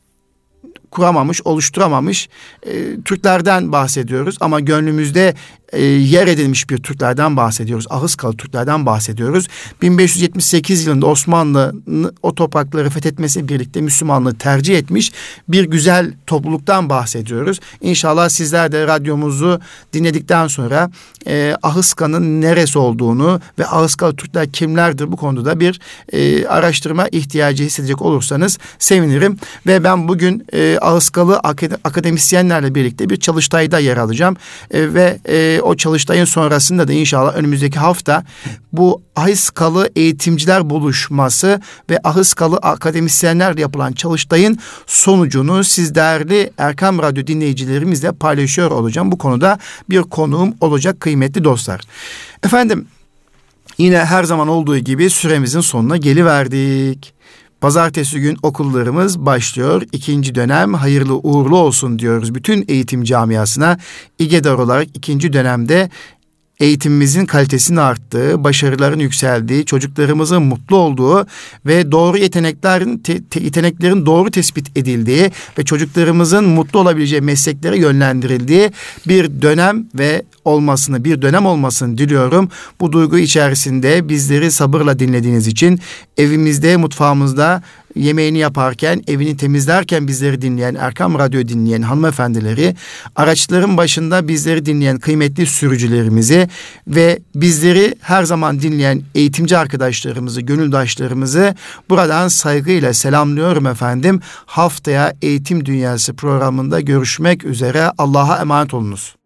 kuramamış, oluşturamamış Türklerden bahsediyoruz. Ama gönlümüzde yer edilmiş bir Türklerden bahsediyoruz. Ahıskalı Türklerden bahsediyoruz. 1578 yılında Osmanlı'nın o toprakları fethetmesiyle birlikte Müslümanlığı tercih etmiş bir güzel topluluktan bahsediyoruz. İnşallah sizler de radyomuzu dinledikten sonra Ahıska'nın neresi olduğunu ve Ahıskalı Türkler kimlerdir bu konuda bir araştırma ihtiyacı hissedecek olursanız sevinirim. Ve ben bugün Ahıskalı akademisyenlerle birlikte bir çalıştayda yer alacağım ve o çalıştayın sonrasında da inşallah önümüzdeki hafta bu Ahıskalı eğitimciler buluşması ve Ahıskalı akademisyenlerle yapılan çalıştayın sonucunu siz değerli Erkam Radyo dinleyicilerimizle paylaşıyor olacağım. Bu konuda bir konuğum olacak kıymetli dostlar. Efendim, yine her zaman olduğu gibi süremizin sonuna geliverdik. Pazartesi gün okullarımız başlıyor. 2. dönem hayırlı uğurlu olsun diyoruz bütün eğitim camiasına. İGEDER olarak 2. dönemde eğitimimizin kalitesinin arttığı, başarıların yükseldiği, çocuklarımızın mutlu olduğu ve doğru yeteneklerin doğru tespit edildiği ve çocuklarımızın mutlu olabileceği mesleklere yönlendirildiği bir dönem olmasını diliyorum. Bu duygu içerisinde bizleri sabırla dinlediğiniz için, evimizde, mutfağımızda yemeğini yaparken, evini temizlerken bizleri dinleyen, Erkam Radyo dinleyen hanımefendileri, araçların başında bizleri dinleyen kıymetli sürücülerimizi ve bizleri her zaman dinleyen eğitimci arkadaşlarımızı, gönüldaşlarımızı buradan saygıyla selamlıyorum efendim. Haftaya Eğitim Dünyası programında görüşmek üzere. Allah'a emanet olunuz.